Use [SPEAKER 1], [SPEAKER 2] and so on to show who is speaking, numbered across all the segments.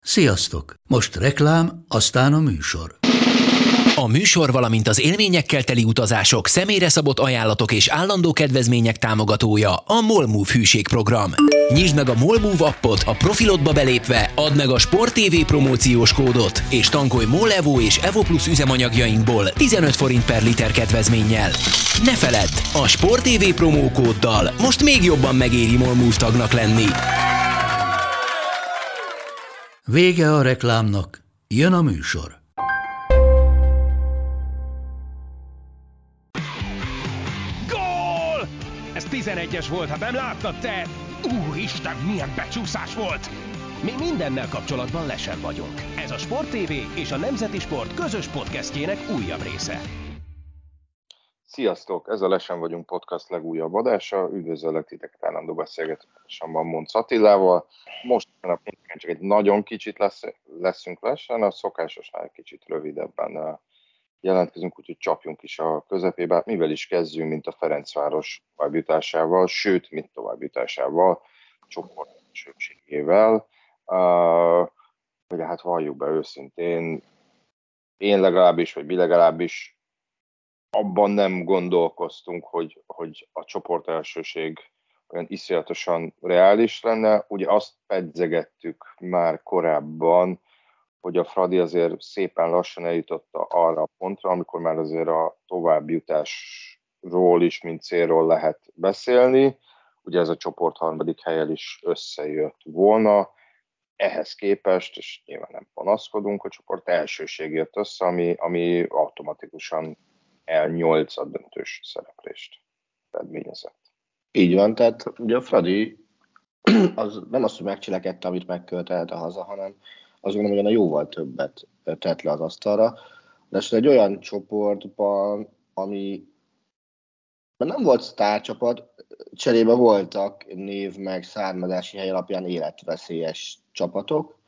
[SPEAKER 1] Sziasztok! Most reklám, aztán a műsor.
[SPEAKER 2] A műsor, valamint az élményekkel teli utazások, személyre szabott ajánlatok és állandó kedvezmények támogatója a MOL Move hűségprogram. Nyisd meg a MOL Move appot, a profilodba belépve, add meg a Sport TV promóciós kódot, és tankolj MOL Evo és Evo Plus üzemanyagjainkból 15 forint per liter kedvezménnyel. Ne feledd, a Sport TV promókóddal most még jobban megéri MOL Move tagnak lenni.
[SPEAKER 1] Vége a reklámnak, jön a műsor.
[SPEAKER 3] Gól! Ez 11-es volt, ha nem láttad te! Úristen, milyen becsúszás volt! Mi mindennel kapcsolatban lesen vagyunk. Ez a Sport TV és a Nemzeti Sport közös podcastjének újabb része.
[SPEAKER 4] Sziasztok! Ez a Lesen vagyunk podcast legújabb adása. Üdvözöllek titeket állandó beszélgetésomban Monc Attilával. Most a pénteken csak egy nagyon kicsit leszünk lesen, a szokásosnál egy kicsit rövidebben jelentkezünk, úgyhogy csapjunk is a közepébe. Mivel is kezdjünk, mint a Ferencváros továbbjutásával, sőt, mint továbbjutásával, csoportelsőségével. Hogy hát valljuk be őszintén, én legalábbis, vagy mi legalábbis abban nem gondolkoztunk, hogy a csoportelsőség olyan iszonyatosan reális lenne. Ugye azt pedzegettük már korábban, hogy a Fradi azért szépen lassan eljutotta arra a pontra, amikor már azért a továbbjutásról is, mint célról lehet beszélni. Ugye ez a csoport harmadik helyen is összejött volna. Ehhez képest, és nyilván nem panaszkodunk, a csoport elsőség jött össze, ami automatikusan el8 döntős szereplést eredményezett.
[SPEAKER 5] Így van, tehát ugye a Fradi az nem azt, hogy megcselekedte, amit megkövetelte haza, hanem azt gondolom, hogy jóval többet tett le az asztalra. De egy olyan csoportban, ami nem volt sztárcsapat, cserébe voltak név meg származási hely alapján életveszélyes csapatok.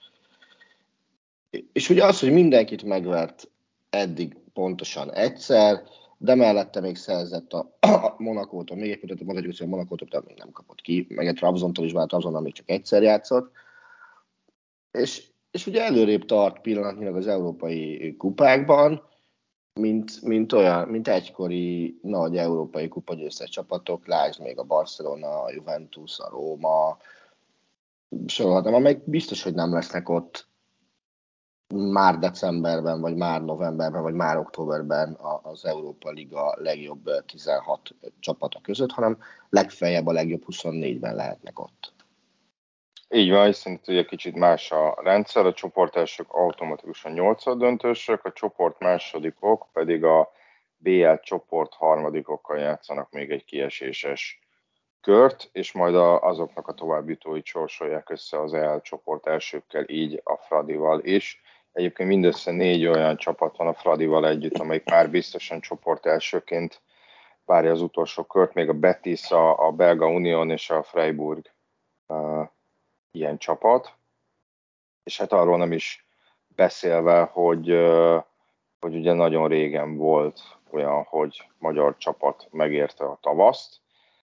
[SPEAKER 5] És ugye az, hogy mindenkit megvert eddig pontosan egyszer, de mellette még szerzett a Monacótól, még egy pontot mondhatjuk, hogy a Monacótól még nem kapott ki, meg egy Trabzontól is, bár Trabzonnal még csak egyszer játszott. És ugye előrébb tart pillanatnyilag az európai kupákban, mint egykori nagy európai kupagyőztes csapatok, lásd még a Barcelona, a Juventus, a Róma, sorolhatom, amelyek biztos, hogy nem lesznek ott már decemberben, vagy már novemberben, vagy már októberben az Európa Liga legjobb 16 csapata között, hanem legfeljebb a legjobb 24-ben lehetnek ott.
[SPEAKER 4] Így van, hiszen ugye kicsit más a rendszer, a csoportelsők automatikusan 8 döntősök, a csoport másodikok pedig a BL csoport harmadikokkal játszanak még egy kieséses kört, és majd azoknak a továbbjutóit sorsolják össze az EL csoport elsőkkel, így a Fradival is. Egyébként mindössze 4 olyan csapat van a Fradival együtt, amelyik már biztosan csoport elsőként várja az utolsó kört, még a Betis, a Belga Unión és a Freiburg ilyen csapat. És hát arról nem is beszélve, hogy ugye nagyon régen volt olyan, hogy magyar csapat megérte a tavaszt.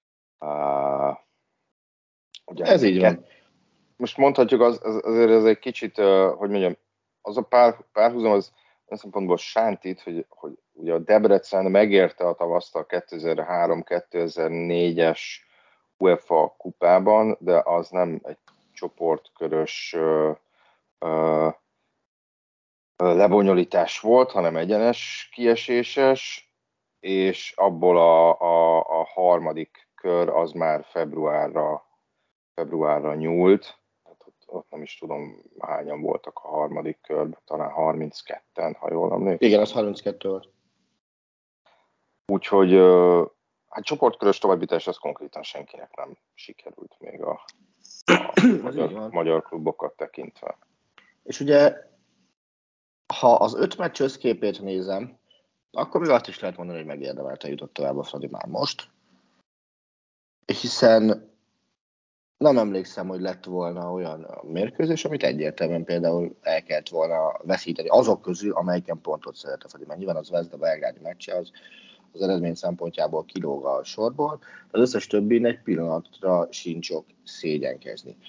[SPEAKER 4] Ugye
[SPEAKER 5] ez így van.
[SPEAKER 4] Most mondhatjuk, azért ez egy kicsit, hogy mondjam, az a párhuzam az olyan szempontból sántít, hogy ugye a Debrecen megérte a tavaszt a 2003-2004-es UEFA kupában, de az nem egy csoportkörös lebonyolítás volt, hanem egyenes kieséses, és abból a harmadik kör az már februárra nyúlt. Ott nem is tudom, hányan voltak a harmadik körben, talán 32-en, ha jól emlékszem.
[SPEAKER 5] Igen, az 32 volt.
[SPEAKER 4] Úgyhogy hát csoportkörös továbbítás az konkrétan senkinek nem sikerült még a magyar klubokat tekintve.
[SPEAKER 5] És ugye, ha az 5 meccs összképét nézem, akkor még azt is lehet mondani, hogy megérdemelte jutott tovább a Fradi már most. Hiszen nem emlékszem, hogy lett volna olyan mérkőzés, amit egyértelműen például el kellett volna veszíteni azok közül, amelyiken pontot szeret a Fradi. Mert nyilván az Zvezda belgrádi meccse az eredmény szempontjából kilóg a sorból, az összes többin egy pillanatra sincs ok szégyenkezni.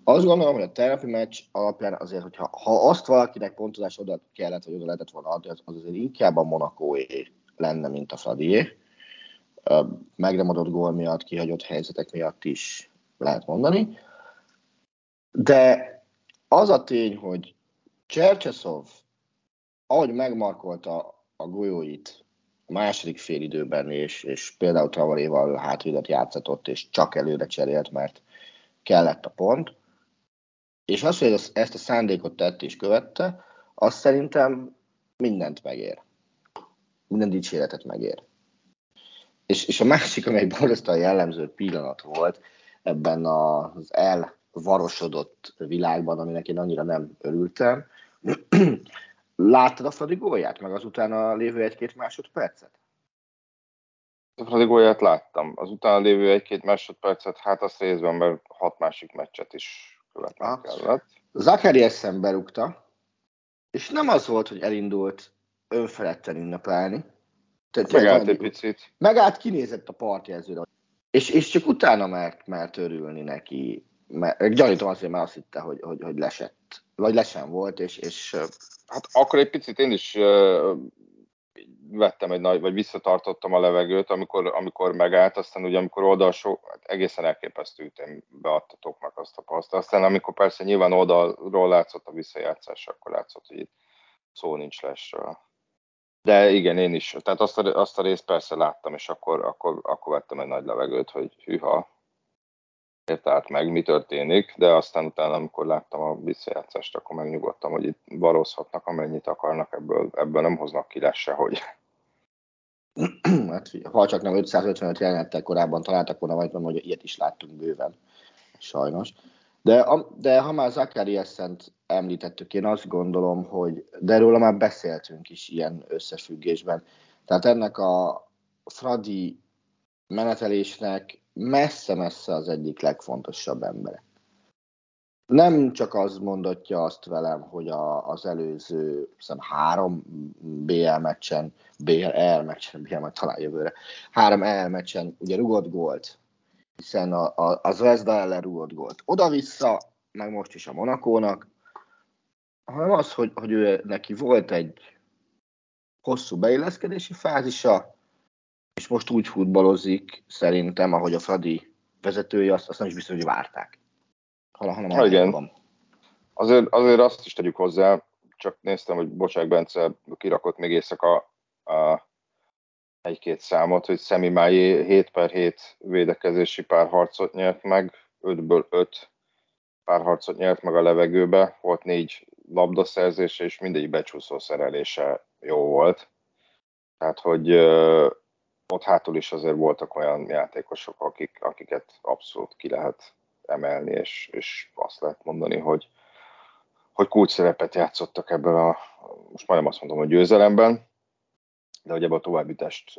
[SPEAKER 5] Azt gondolom, hogy a tegnapi meccs alapján azért, hogyha azt valakinek pontozás oda kellett, vagy oda lehetett volna adni, az azért inkább a Monacóé lenne, mint a Fradié. Meg nem adott gól miatt, kihagyott helyzetek miatt is lehet mondani. De az a tény, hogy Csercseszov, ahogy megmarkolta a golyóit a második félidőben, és például Traoréval hátvédet játszatott, és csak előre cserélt, mert kellett a pont, és az, hogy ezt a szándékot tett és követte, az szerintem mindent megér. Minden dicséretet megér. És a másik, amely borzasztóan jellemző pillanat volt ebben az elvarosodott világban, aminek én annyira nem örültem. Láttad a Fradi gólját, meg az utána lévő 1-2 másodpercet?
[SPEAKER 4] A Fradi gólját láttam. Az utána lévő 1-2 másodpercet, hát azt részben, mert 6 másik meccset is követnem kellett.
[SPEAKER 5] Zakariasen berúgta, és nem az volt, hogy elindult önfeledten ünnepelni.
[SPEAKER 4] Megállt egy picit.
[SPEAKER 5] Megállt, kinézett a partjelzőre. És csak utána mert örülni neki. Gyanítom azért, mert azt hitte, hogy lesett. Vagy lesen volt, és
[SPEAKER 4] hát akkor egy picit én is vettem vagy visszatartottam a levegőt, amikor megállt, aztán ugye amikor oldalsó, hát egészen elképesztő ütén beadtatok meg azt a paszt. Aztán amikor persze nyilván oldalról látszott a visszajátszás, akkor látszott, hogy itt szó nincs lesről. De igen, én is. Tehát azt a részt persze láttam, és akkor vettem egy nagy levegőt, hogy hűha, értelt meg, mi történik, de aztán utána, amikor láttam a visszajátszást, akkor megnyugodtam, hogy itt barozhatnak, amennyit akarnak, ebből nem hoznak ki lesz sehogy.
[SPEAKER 5] Hát, ha csak nem 555 jelenettel korábban találtak volna, majd mondom, hogy ilyet is láttunk bőven, sajnos. De ha már Zakariasent említettük, én azt gondolom, hogy de róla már beszéltünk is ilyen összefüggésben. Tehát ennek a Fradi menetelésnek messze-messze az egyik legfontosabb embere. Nem csak az mondatja azt velem, hogy az előző 3 BL meccsen, majd talán jövőre, 3 EL meccsen ugye rugott gólt, hiszen a Zvezda ellen rugott gólt oda-vissza, meg most is a Monacónak, hanem az, hogy ő neki volt egy hosszú beilleszkedési fázisa, és most úgy futballozik, szerintem, ahogy a Fradi vezetője, azt nem is biztos, hogy várták.
[SPEAKER 4] Igen. Azért azt is tegyük hozzá, csak néztem, hogy Bocsák Bence kirakott még éjszaka 1-2 számot, hogy Szemi Májé 7/7 védekezési párharcot nyert meg, 5-ből 5 párharcot nyert meg a levegőbe, volt 4 labdaszerzése, és mindegyik becsúszó szerelése jó volt. Tehát, hogy ott hátul is azért voltak olyan játékosok, akiket abszolút ki lehet emelni, és azt lehet mondani, hogy kulcs szerepet játszottak ebben most majdnem azt mondom, hogy győzelemben, de hogy ebben a továbbjutást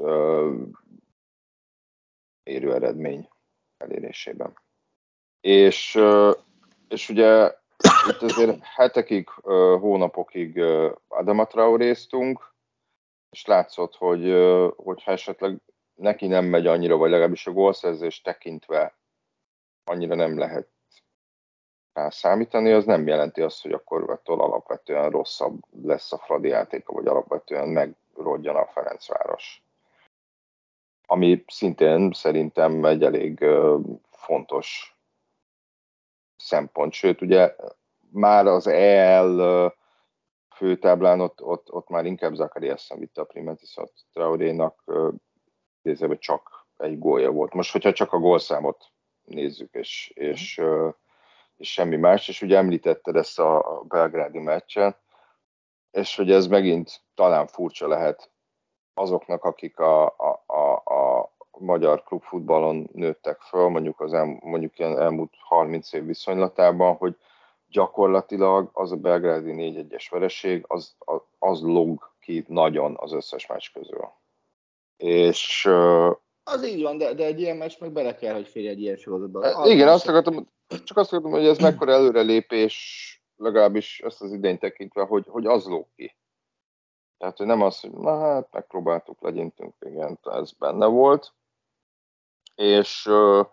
[SPEAKER 4] érő eredmény elérésében. És ugye itt azért hetekig, hónapokig Adama Traoréztunk, és látszott, hogy ha esetleg neki nem megy annyira, vagy legalábbis a gólszerzést tekintve annyira nem lehet rá számítani, az nem jelenti azt, hogy akkor ettől alapvetően rosszabb lesz a Fradi játéka, vagy alapvetően megrodjan a Ferencváros. Ami szintén szerintem egy elég fontos szempont. Sőt, ugye már az EL főtáblán ott már inkább Zakariasen vitte a primet, hiszen Traorénak csak egy gólja volt. Most, hogyha csak a gólszámot nézzük, és semmi más, és ugye említetted ezt a belgrádi meccsen, és hogy ez megint talán furcsa lehet azoknak, akik a magyar klubfutballon nőttek föl, mondjuk ilyen elmúlt 30 év viszonylatában, hogy gyakorlatilag az a belgrádi 4-1-es vereség, az lóg ki nagyon az összes meccs közül. És
[SPEAKER 5] az így van, de egy ilyen meccs meg bele kell, hogy férj egy ilyen sorozatban.
[SPEAKER 4] Igen, azt akartam, hogy ez mekkora előrelépés, legalábbis ezt az idényt tekintve, hogy az lóg ki. Tehát, hogy nem az, hogy megpróbáltuk, legyintünk, igen, ez benne volt. És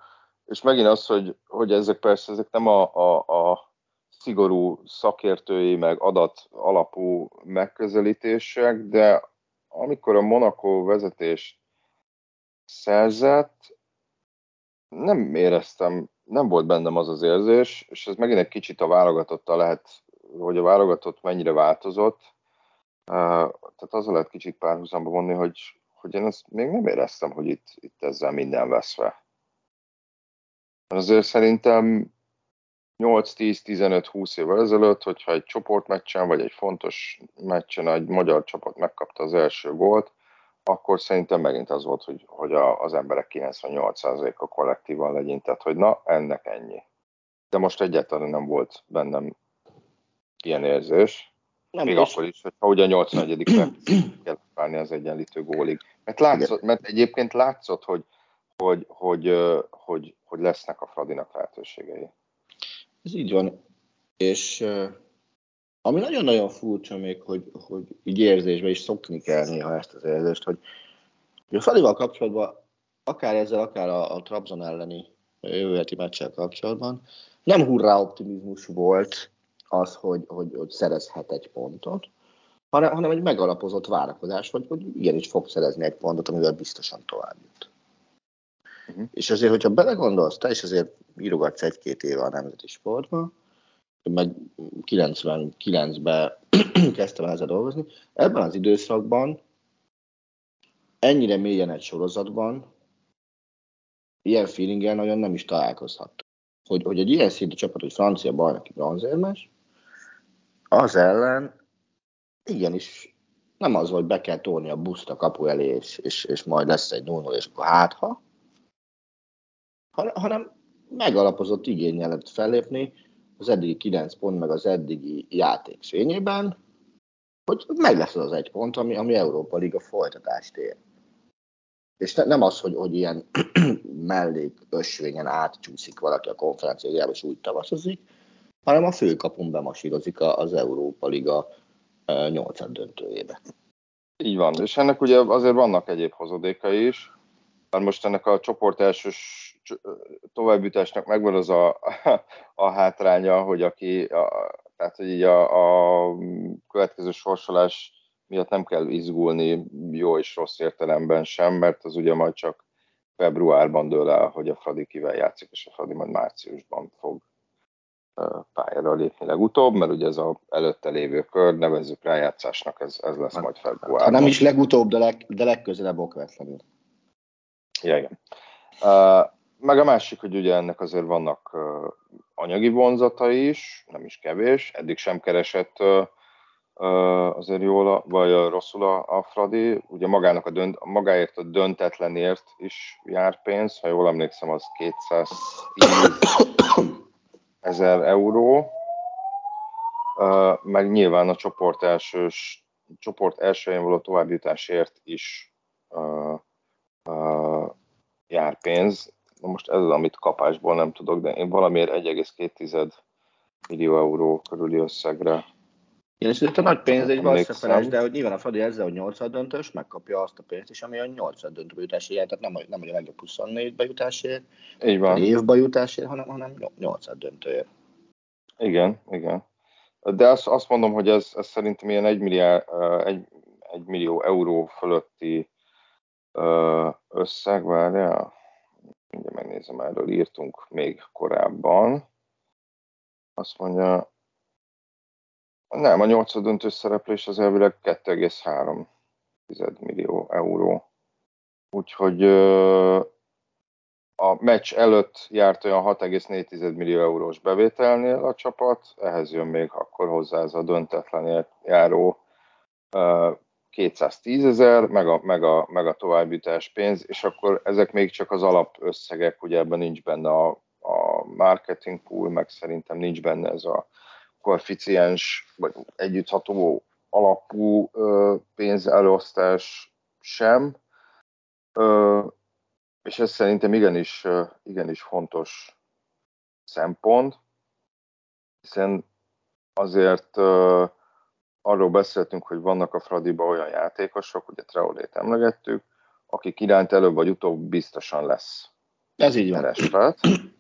[SPEAKER 4] És megint az, hogy ezek nem a szigorú szakértői, meg adat alapú megközelítések, de amikor a Monaco vezetést szerzett, nem éreztem, nem volt bennem az az érzés, és ez megint egy kicsit a válogatottal lehet, hogy a válogatott mennyire változott. Tehát azzal lehet kicsit párhuzamba vonni, hogy én ezt még nem éreztem, hogy itt ezzel minden veszve. Azért szerintem 8-10-15-20 évvel ezelőtt, hogyha egy csoportmeccsen, vagy egy fontos meccsen egy magyar csapat megkapta az első gólt, akkor szerintem megint az volt, hogy az emberek 98%-a kollektívan legyintett, hogy na, ennek ennyi. De most egyáltalán nem volt bennem ilyen érzés. Nem még akkor is, hogyha ugye a 81. kell várni az egyenlítő gólig. Mert egyébként látszott, hogy lesznek a Fradinak lehetőségei. Ez
[SPEAKER 5] így van. És ami nagyon-nagyon furcsa még, hogy így érzésben is szokni kell néha ezt az érzést, hogy a Fradival kapcsolatban, akár ezzel, akár a Trabzon elleni jövő heti meccsel kapcsolatban, nem hurrá optimizmus volt az, hogy szerezhet egy pontot, hanem egy megalapozott várakozás, hogy igenis fog szerezni egy pontot, amivel biztosan tovább jut. Uh-huh. És azért, hogyha belegondolsz, te is azért írogatsz 1-2 éve a nemzeti sportban, meg 99-ben kezdtem ezzel dolgozni, ebben az időszakban ennyire mélyen egy sorozatban ilyen feelinggel nagyon nem is találkozhattam. Hogy egy ilyen szintű csapat, hogy francia bajnoki bronzérmes, az ellen igenis nem az, hogy be kell tolni a buszt a kapu elé, és majd lesz egy 0-0, és akkor hátha, hanem megalapozott igénnyel lehet fellépni az eddigi 9 pont, meg az eddigi játék fényében, hogy meg lesz az egy pont, ami Európa Liga folytatást ér. És nem az, hogy ilyen mellék ösvényen átcsúszik valaki a konferenciájába, és úgy tavaszozik, hanem a főkapun bemasírozik az Európa Liga 8. döntőjébe.
[SPEAKER 4] Így van, és ennek ugye azért vannak egyéb hozadékai is, mert most ennek a csoport elsős továbbjutásnak megvan az a hátránya, hogy tehát hogy így a következő sorsolás miatt nem kell izgulni jó és rossz értelemben sem, mert az ugye majd csak februárban dől el, hogy a Fradi kivel játszik, és a Fradi majd márciusban fog pályára lépni legutóbb, mert ugye ez az előtte lévő kör, nevezzük rájátszásnak, ez lesz majd februárban.
[SPEAKER 5] Ha nem is legutóbb, de legközelebb okvetlenül.
[SPEAKER 4] Ja, igen. Meg a másik, hogy ugye ennek azért vannak anyagi vonzatai is, nem is kevés, eddig sem keresett azért jól, vagy rosszul a Fradi. Ugye magáért a döntetlenért is jár pénz, ha jól emlékszem, az 210 000 euró. Meg nyilván a csoport elsőjén való továbbjutásért is jár pénz. Na most ez az, amit kapásból nem tudok, de én valamiért 1,2 millió euró körüli összegre.
[SPEAKER 5] Igen, és itt a nagy pénz egy valószínűleg, de hogy nyilván a Fradi ezzel, hogy 8. döntős, megkapja azt a pénzt is, ami a 8. döntőbe jutásért, tehát nem hogy a legjobb 24-be jutásért, a évbe jutásért, hanem 8. döntőért.
[SPEAKER 4] Igen. De azt mondom, hogy ez szerintem ilyen 1 millió euró fölötti összeg, várjál, mindjárt megnézem, erről írtunk még korábban. Azt mondja, nem, a 8. döntős szereplés az elvileg 2,3 millió euró. Úgyhogy a meccs előtt járt olyan 6,4 millió eurós bevételnél a csapat, ehhez jön még akkor hozzá ez a döntetlen járó 210 000, meg a továbbjutás pénz, és akkor ezek még csak az alapösszegek, ugye ebben nincs benne a marketing pool, meg szerintem nincs benne ez a koeficiens, vagy együttható alapú pénzelosztás sem. És ez szerintem igenis fontos szempont, hiszen azért arról beszéltünk, hogy vannak a Fradiban olyan játékosok, ugye Traorét emlegettük, akik iránt előbb vagy utóbb biztosan lesz
[SPEAKER 5] Ez így van.
[SPEAKER 4] Kereslet.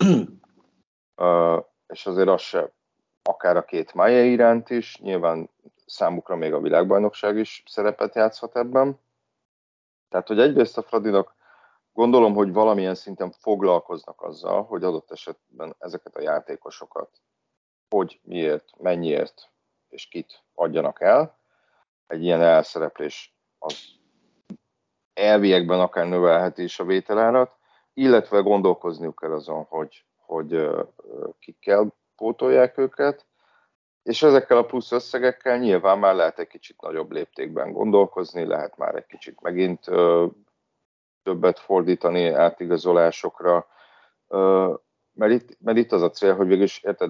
[SPEAKER 4] És azért az se, akár a két Maia iránt is, nyilván számukra még a világbajnokság is szerepet játszhat ebben. Tehát, hogy egyrészt a Fradinak gondolom, hogy valamilyen szinten foglalkoznak azzal, hogy adott esetben ezeket a játékosokat hogy, miért, mennyiért és kit adjanak el. Egy ilyen elszereplés az elviekben akár növelheti is a vételárat, illetve gondolkozniuk kell azon, hogy kikkel pótolják őket, és ezekkel a plusz összegekkel nyilván már lehet egy kicsit nagyobb léptékben gondolkozni, lehet már egy kicsit megint többet fordítani átigazolásokra, mert itt az a cél, hogy végülis, érted,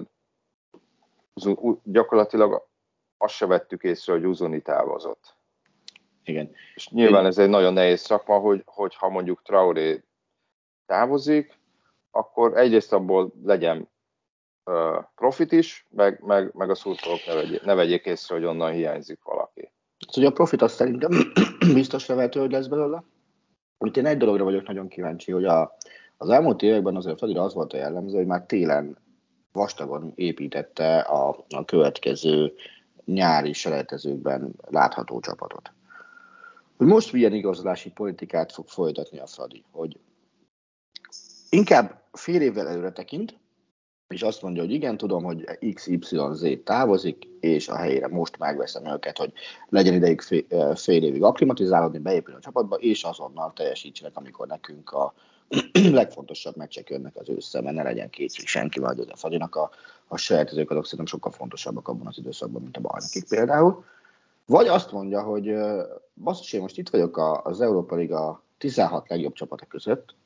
[SPEAKER 4] gyakorlatilag azt se vettük észre, hogy Uzuni távozott.
[SPEAKER 5] Igen.
[SPEAKER 4] És nyilván ez egy nagyon nehéz szakma, hogy ha mondjuk Traoré távozik, akkor egyrészt abból legyen profit is, meg a szurkolók ne vegyék észre, hogy onnan hiányzik valaki.
[SPEAKER 5] Szóval a profit azt szerintem biztos lehető, hogy lesz belőle. Itt én egy dologra vagyok nagyon kíváncsi, hogy az elmúlt években azért Fradira az volt a jellemző, hogy már télen vastagon építette a következő nyári selejtezőkben látható csapatot. Hogy most milyen igazolási politikát fog folytatni a Fradi, hogy inkább fél évvel előre tekint, és azt mondja, hogy igen, tudom, hogy XYZ távozik, és a helyére most megveszem őket, hogy legyen ideig fél évig akklimatizálódni, beépülni a csapatba, és azonnal teljesítsenek, amikor nekünk a legfontosabb meccsek jönnek az ősszel, mert ne legyen kétség senki, vagy a Fradinak a selejtezők azok szerintem sokkal fontosabbak abban az időszakban, mint a bajnokik például. Vagy azt mondja, hogy basszus, én most itt vagyok az Európa Liga 16 legjobb csapata között,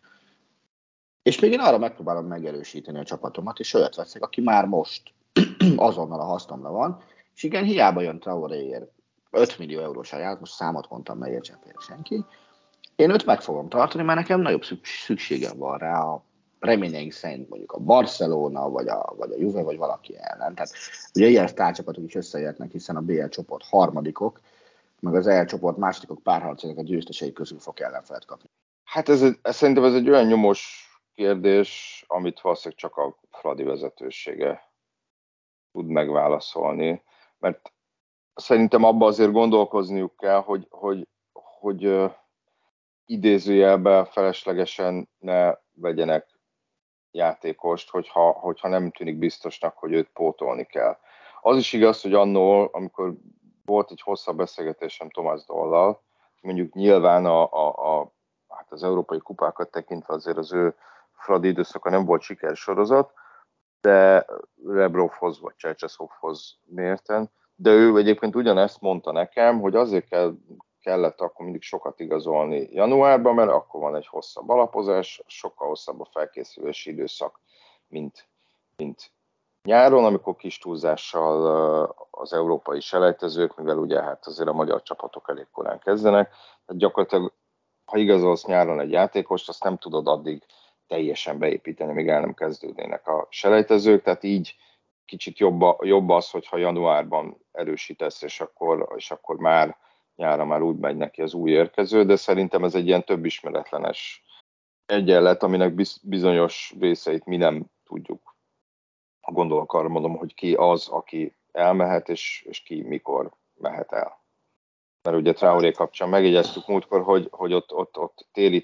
[SPEAKER 5] és még én arra megpróbálom megerősíteni a csapatomat, és olyat veszek, aki már most azonnal a hasznomra van, és igen, hiába jön Traoréért 5 millió eurós ajánlat, most számot mondtam, ne értsen félre senki, én őt meg fogom tartani, mert nekem nagyobb szükségem van rá a reményeink szerint mondjuk a Barcelona, vagy a Juve, vagy valaki ellen. Tehát ugye ilyen sztárcsapatok is összejöhetnek, hiszen a BL csoport harmadikok, meg az EL csoport másodikok párharcának a győztesei közül fog ellenfelet kapni.
[SPEAKER 4] Hát szerintem ez egy olyan nyomós kérdés, amit valószínűleg csak a Fradi vezetősége tud megválaszolni, mert szerintem abban azért gondolkozniuk kell, hogy idézőjelben feleslegesen ne vegyenek játékost, hogyha nem tűnik biztosnak, hogy őt pótolni kell. Az is igaz, hogy annól, amikor volt egy hosszabb beszélgetésem Tomás Dollal, mondjuk nyilván hát az európai kupákat tekintve azért az ő Fradi időszaka nem volt sikersorozat, de Rebrovhoz vagy Csercseszovhoz mérten, de ő egyébként ugyanezt mondta nekem, hogy azért kellett akkor mindig sokat igazolni januárban, mert akkor van egy hosszabb alapozás, sokkal hosszabb a felkészülési időszak, mint nyáron, amikor kis túlzással az európai selejtezők, mivel ugye hát azért a magyar csapatok elég korán kezdenek, tehát gyakorlatilag ha igazolsz nyáron egy játékost, azt nem tudod addig teljesen beépíteni, míg el nem kezdődnének a selejtezők, tehát így kicsit jobb az, hogyha januárban erősítesz, és akkor már nyára már úgy megy neki az új érkező, de szerintem ez egy ilyen több ismeretlenes egyenlet, aminek bizonyos részeit mi nem tudjuk. Gondolok arra, mondom, hogy ki az, aki elmehet, és ki mikor mehet el. Mert ugye Traoré kapcsán megjegyeztük múltkor, hogy ott téli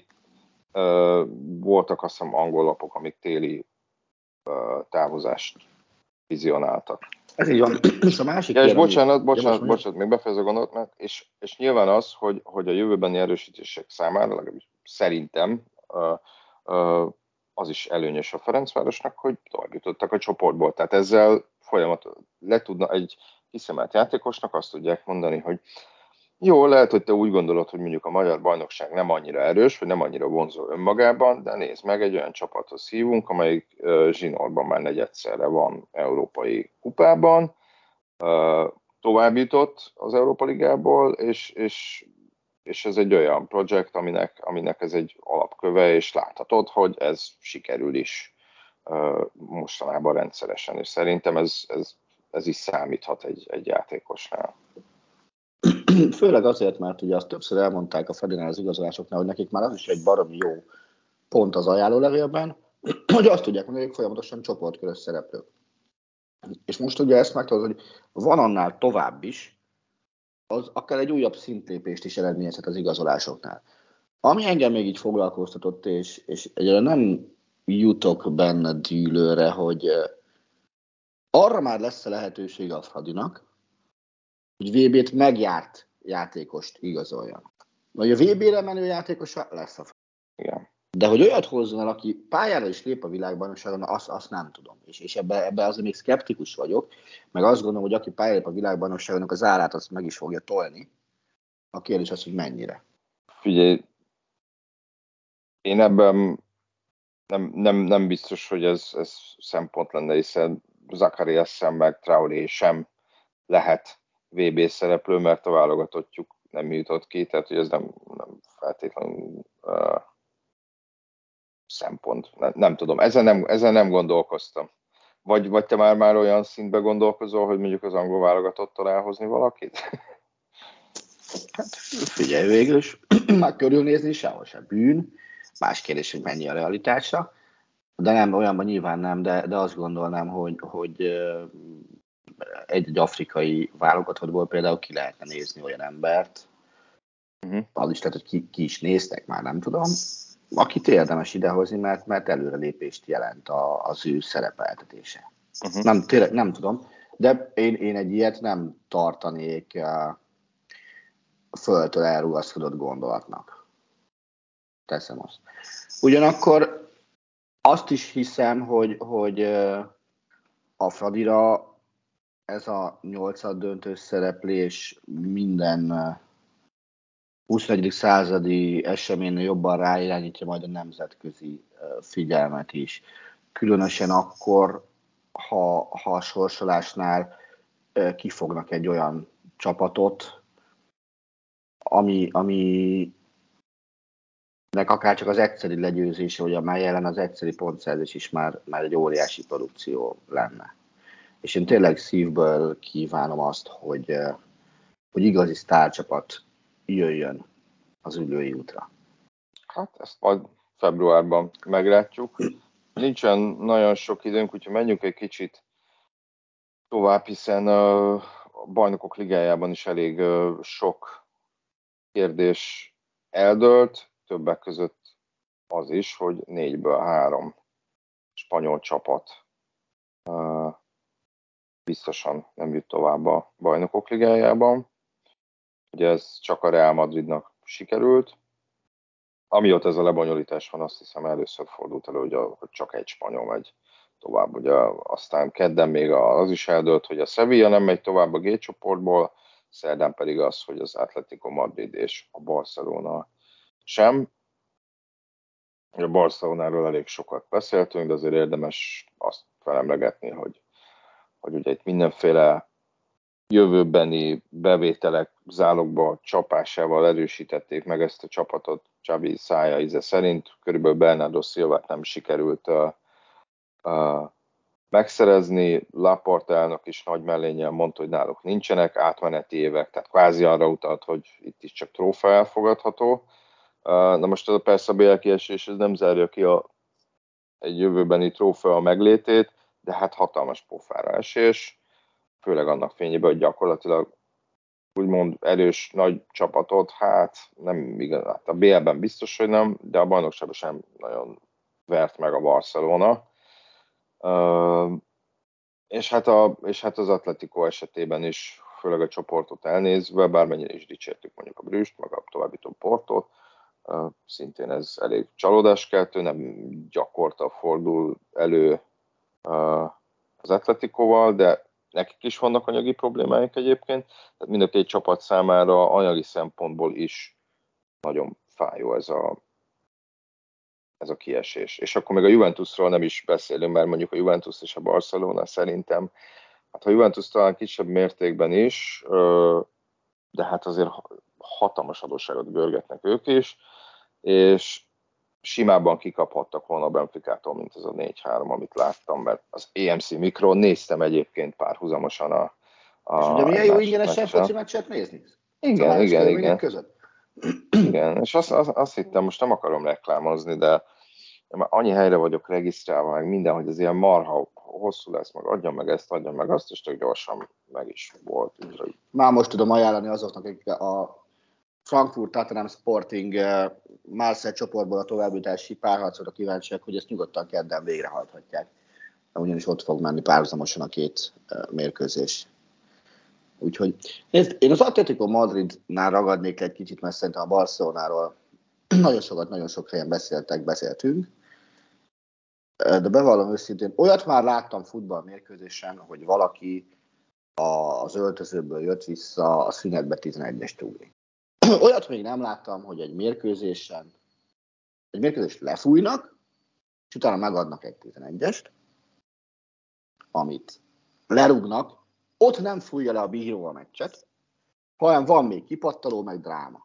[SPEAKER 4] voltak azt hiszem angol lapok, amik téli távozást vizionáltak.
[SPEAKER 5] Ez így van. És a másik
[SPEAKER 4] és bocsánat, még befejező gondolat, és nyilván az, hogy a jövőbeni erősítések számára, legalábbis szerintem az is előnyös a Ferencvárosnak, hogy tovább jutottak a csoportból. Tehát ezzel folyamatosan le tudna egy kiszemelt játékosnak azt tudják mondani, hogy jó, lehet, hogy te úgy gondolod, hogy mondjuk a magyar bajnokság nem annyira erős, vagy nem annyira vonzó önmagában, de nézd meg, egy olyan csapathoz hívunk, amelyik zsinórban már negyedszerre van európai kupában, tovább jutott az Európa Ligából, és ez egy olyan projekt, aminek ez egy alapköve, és láthatod, hogy ez sikerül is mostanában rendszeresen, és szerintem ez is számíthat egy játékosnál.
[SPEAKER 5] Főleg azért, mert ugye azt többször elmondták a Fradinál az igazolásoknál, hogy nekik már az is egy baromi jó pont az ajánlólevélben, hogy azt tudják mondani, hogy folyamatosan csoportkörös szereplők. És most ugye ezt megtudod, hogy van annál tovább is, az akár egy újabb szintlépést is eredményezhet az igazolásoknál. Ami engem még így foglalkoztatott, és egyre nem jutok benne dűlőre, hogy arra már lesz a lehetőség a Fradinak, hogy VB-t megjárt játékost igazoljon. Vagy a VB-re menő játékosa lesz a Fradi.
[SPEAKER 4] Igen.
[SPEAKER 5] De hogy olyat hozzon el, aki pályára is lép a világbajnokságon, azt nem tudom. És ebbe azért még szkeptikus vagyok, meg azt gondolom, hogy aki pályára lép a világbajnokságon, az árát azt meg is fogja tolni. A kérdés az, hogy mennyire.
[SPEAKER 4] Figyelj, én ebben nem biztos, hogy ez szempont lenne, hiszen Zachariasen meg Traoré sem lehet VB szereplő, mert a válogatottjuk nem jutott ki, tehát hogy ez nem feltétlenül szempont. Nem tudom, ezen nem gondolkoztam. Vagy te már olyan szintbe gondolkozol, hogy mondjuk az angol válogatottól elhozni valakit?
[SPEAKER 5] Hát figyelj végül is, már körülnézni sehol sem bűn. Más kérdés, hogy mennyi a realitása. De nem, olyanban nyilván nem, de azt gondolnám, hogy egy afrikai válogatottból például ki lehetne nézni olyan embert, az is lehet, hogy ki is néztek, már nem tudom, akit érdemes idehozni, mert előrelépést jelent az ő szerepeltetése. Tényleg nem tudom, de én egy ilyet nem tartanék földtől elrugaszkodott gondolatnak. Teszem azt. Ugyanakkor azt is hiszem, hogy a Fradira ez a 8. döntős szereplés minden 21. századi eseménynél jobban ráirányítja majd a nemzetközi figyelmet is. Különösen akkor, ha a sorsolásnál kifognak egy olyan csapatot, aminek akár csak az egyszeri legyőzése, vagy amely ellen az egyszeri pontszerzés is már egy óriási produkció lenne. És én tényleg szívből kívánom azt, hogy igazi sztárcsapat jöjjön az Üllői útra.
[SPEAKER 4] Hát ezt majd februárban meglátjuk. Nincsen nagyon sok időnk, úgyhogy menjünk egy kicsit tovább, hiszen a Bajnokok Ligájában is elég sok kérdés eldőlt, többek között az is, hogy 4-ből 3 spanyol csapat biztosan nem jut tovább a Bajnokok Ligájában. Ugye ez csak a Real Madridnak sikerült. Amióta ez a lebonyolítás van, azt hiszem először fordult elő, hogy csak egy spanyol megy tovább. Ugye aztán kedden még az is eldőlt, hogy a Sevilla nem megy tovább a G csoportból, szerdán pedig az, hogy az Atlético Madrid és a Barcelona sem. A Barcelonáról elég sokat beszéltünk, de azért érdemes azt felemlegetni, hogy ugye itt mindenféle jövőbeni bevételek zálogba csapásával erősítették meg ezt a csapatot Xavi szája íze szerint. Körülbelül Bernardo Silvát nem sikerült megszerezni. Laporta elnök is nagy mellénnyel mondta, hogy náluk nincsenek átmeneti évek, tehát kvázi arra utalt, hogy itt is csak trófea elfogadható. Na most ez persze a BL kiesés, ez nem zárja ki egy jövőbeni trófea meglétét, de hát hatalmas pofára esés, főleg annak fényében, hogy gyakorlatilag úgymond erős nagy csapatot, hát nem igaz, hát a BL-ben biztos, hogy nem, de a bajnokságban sem nagyon vert meg a Barcelona. És hát az Atletico esetében is, főleg a csoportot elnézve, bármennyire is dicsértük mondjuk a Brüsst, meg a továbbító Portót, szintén ez elég csalódáskeltő, nem gyakorta fordul elő az Atleticóval, de nekik is vannak anyagi problémáik egyébként, tehát mind a két csapat számára anyagi szempontból is nagyon fájó ez a kiesés. És akkor még a Juventusról nem is beszélünk, mert mondjuk a Juventus és a Barcelona szerintem, hát a Juventus talán kisebb mértékben is, de hát azért hatalmas adósságot görgetnek ők is, és simában kikaphattak volna a Benficától, mint az a 4-3, amit láttam, mert az EMC Mikron néztem egyébként párhuzamosan
[SPEAKER 5] és ugye milyen jó ingyenesen foci meccset nézni?
[SPEAKER 4] Igen. Igen, és azt hittem, most nem akarom reklámozni, de Már annyi helyre vagyok regisztrálva, meg minden, hogy ez ilyen marha hosszú lesz, meg adjam meg ezt, adjam meg azt, és tök gyorsan meg is volt.
[SPEAKER 5] Már most tudom ajánlani azoknak, akik a Frankfurt Tottenham Sporting Marseille csoportból a továbbjutási párharcra kíváncsiak, hogy ezt nyugodtan kedden végrehajthatják. Ugyanis ott fog menni párhuzamosan a két mérkőzés. Úgyhogy én az Atletico Madridnál ragadnék egy kicsit, mert szerintem a Barcelonáról nagyon sok helyen beszéltünk. De bevallom őszintén, olyat már láttam futballmérkőzésen, hogy valaki az öltözőből jött vissza a szünetbe 11-es túlni. Olyat még nem láttam, hogy egy mérkőzést lefújnak, és utána megadnak egy 11-est, amit lerúgnak, ott nem fújja le a bíró a meccset, hanem van még kipattaló, meg dráma.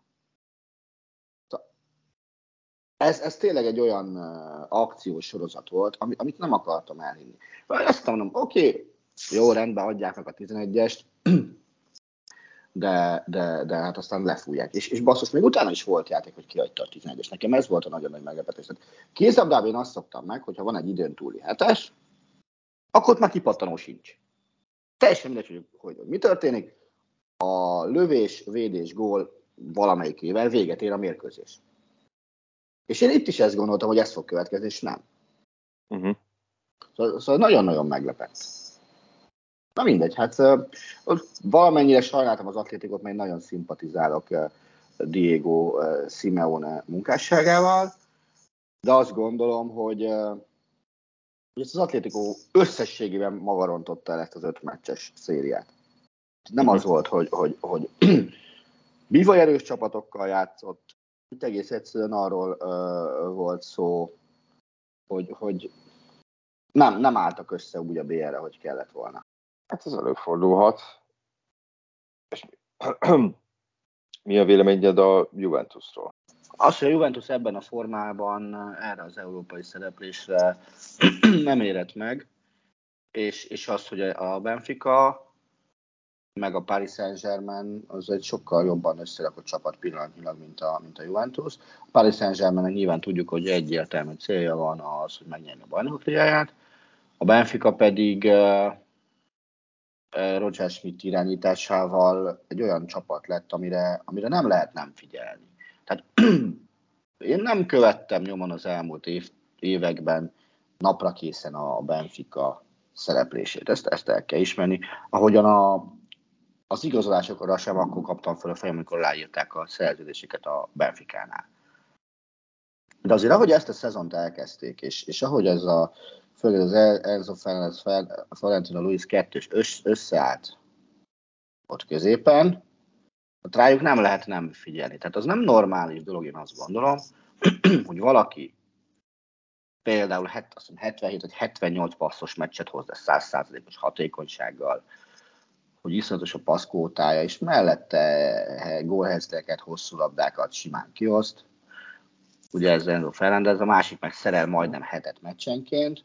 [SPEAKER 5] Ez tényleg egy olyan akciós sorozat volt, amit nem akartam elhinni. Azt mondom, oké, jó, rendben, adják meg a 11-est, de hát aztán lefújják. És basszus, még utána is volt játék, hogy kiadta a 11-est. Nekem ez volt a nagyon nagy meglepetés. Kézlabdában én azt szoktam meg, hogyha van egy időn túli 7-es, akkor ott már kipattanó sincs. Teljesen mindegy, hogy mi történik. A lövés, védés, gól valamelyikével véget ér a mérkőzés. És én itt is ezt gondoltam, hogy ez fog következni, és nem. Szóval nagyon-nagyon meglepett. Na mindegy, hát valamennyire sajnáltam az Atlétikot, mert nagyon szimpatizálok Diego Simeone munkásságával, de azt gondolom, hogy ezt az Atlético összességében maga rontotta el ezt az 5 meccses szériát. Nem az volt, hogy bivajerős csapatokkal játszott, itt egész egyszerűen arról volt szó, hogy nem álltak össze úgy a BL-re, hogy kellett volna.
[SPEAKER 4] Hát ez előfordulhat. És mi a véleményed a Juventusról?
[SPEAKER 5] Az, hogy a Juventus ebben a formában erre az európai szereplésre nem érett meg, és az, hogy a Benfica meg a Paris Saint-Germain az egy sokkal jobban összerakott csapat pillanatnyilag, mint a Juventus. A Paris Saint-Germainnek nyilván tudjuk, hogy egyértelmű célja van az, hogy megnyerni a bajnokok ligáját. A Benfica pedig Roger Schmidt irányításával egy olyan csapat lett, amire nem lehet nem figyelni. Tehát én nem követtem nyomon az elmúlt években napra készen a Benfica szereplését. Ezt el kell ismerni. Ahogyan az igazolásokra sem akkor kaptam fel a fejem, amikor ráírták a szerződéseket a Benficánál. De azért, ahogy ezt a szezont elkezdték, és ahogy ez főleg az Enzo Fernández, Florentino Luis 2-ös összeállt ott középen, ott rájuk nem lehet nem figyelni. Tehát az nem normális dolog, én azt gondolom, hogy valaki például 77 vagy 78 passzos meccset hoz, de 100%-os hatékonysággal, hogy iszonyatos a passzkvótája, és mellette gólhelyzeteket, hosszú labdákat simán kioszt. Ugye ez Enzo Fernández, a másik meg szerel majdnem 7 meccsenként.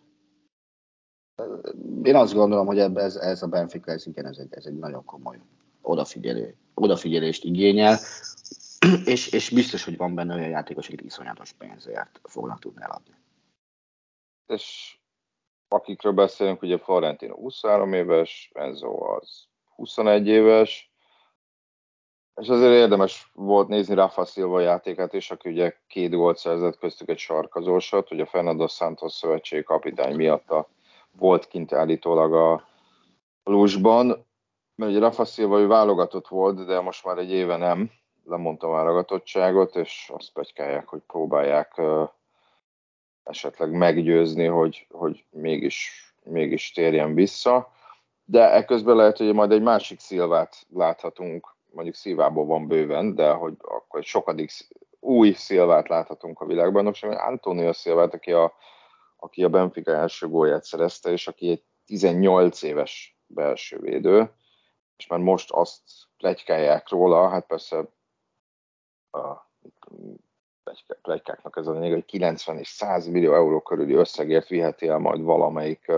[SPEAKER 5] Én azt gondolom, hogy ez a Benfica, ez egy nagyon komoly odafigyelést igényel, és biztos, hogy van benne olyan játékos, akik iszonyatos pénzért fognak tudni eladni.
[SPEAKER 4] És akikről beszélünk, ugye Florentino 23 éves, Enzo az 21 éves, és azért érdemes volt nézni Rafa Silva játékát is, aki ugye 2 gólt szerzett, köztük egy sarkazósat, ugye Fernando Santos szövetségi kapitány miatt volt kint állítólag a Luzsban, mert ugye Rafa Silva ő válogatott volt, de most már egy éve nem, lemondta a válogatottságot, és azt pletykálják, hogy próbálják esetleg meggyőzni, hogy mégis térjen vissza. De ekközben lehet, hogy majd egy másik Silvát láthatunk, mondjuk Silvából van bőven, de hogy akkor egy sokadik új Silvát láthatunk a világbajnokságon. Antonio Silvát, aki a Benfica első gólját szerezte, és aki egy 18 éves belső védő, és már most azt pletykálják róla, hát persze a pletykáknak ez a lényeg, hogy 90 és 100 millió euró körüli összegért viheti el majd valamelyik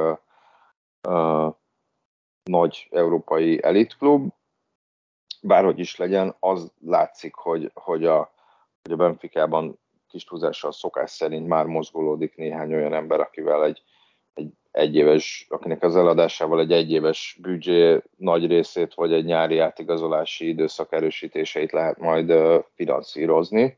[SPEAKER 4] nagy európai elitklub. Bárhogy is legyen, az látszik, hogy a Benficában kis túlzással szokás szerint már mozgolódik néhány olyan ember, akivel egy egyéves, akinek az eladásával egy egyéves büdzsé nagy részét, vagy egy nyári átigazolási időszak erősítéseit lehet majd finanszírozni.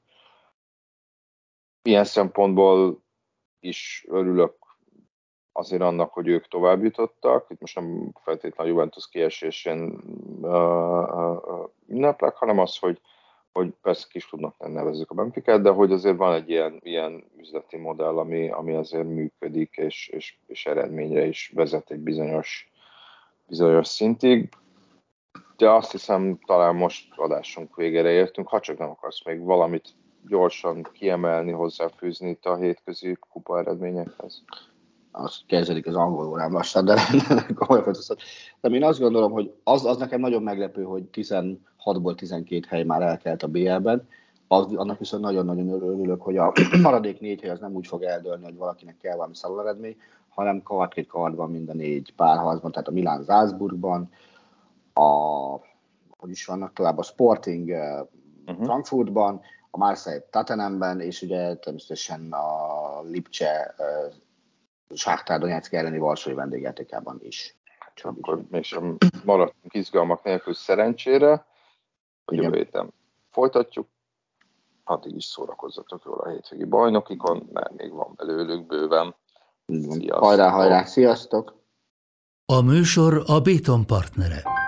[SPEAKER 4] Ilyen szempontból is örülök azért annak, hogy ők tovább jutottak. Itt most nem feltétlenül a Juventus kiesésén ünneplek, hanem az, hogy persze ki is tudnak nevezzük a Benficát, de hogy azért van egy ilyen üzleti modell, ami azért működik, és eredményre is vezet egy bizonyos szintig. De azt hiszem, talán most adásunk végére értünk, ha csak nem akarsz még valamit gyorsan kiemelni, hozzáfűzni itt a hétközi kupa eredményekhez.
[SPEAKER 5] Azt kezdődik az angol órám lassan, de komolyan folytatszat. De én azt gondolom, hogy az nekem nagyon meglepő, hogy 16-ból 12 hely már elkelt a BL-ben. Annak viszont nagyon-nagyon örülök, hogy a maradék 4 hely az nem úgy fog eldőlni, hogy valakinek kell valami szaloneredmény, hanem kard van mind a 4 párharcban, tehát a Milan Salzburgban, hogy is vannak tovább, a Sporting Frankfurtban, a Marseille Tottenhamben, és ugye természetesen a Lipcse Sáktár Donyeck elleni varsói vendégjátékában is.
[SPEAKER 4] Akkor mégsem maradtunk izgalmak nélkül szerencsére. A jövő héten folytatjuk. Addig is szórakozzatok jól a hétvégi bajnokikon, mert még van belőlük bőven.
[SPEAKER 5] Hajrá, sziasztok!
[SPEAKER 1] A műsor a Béton partnere.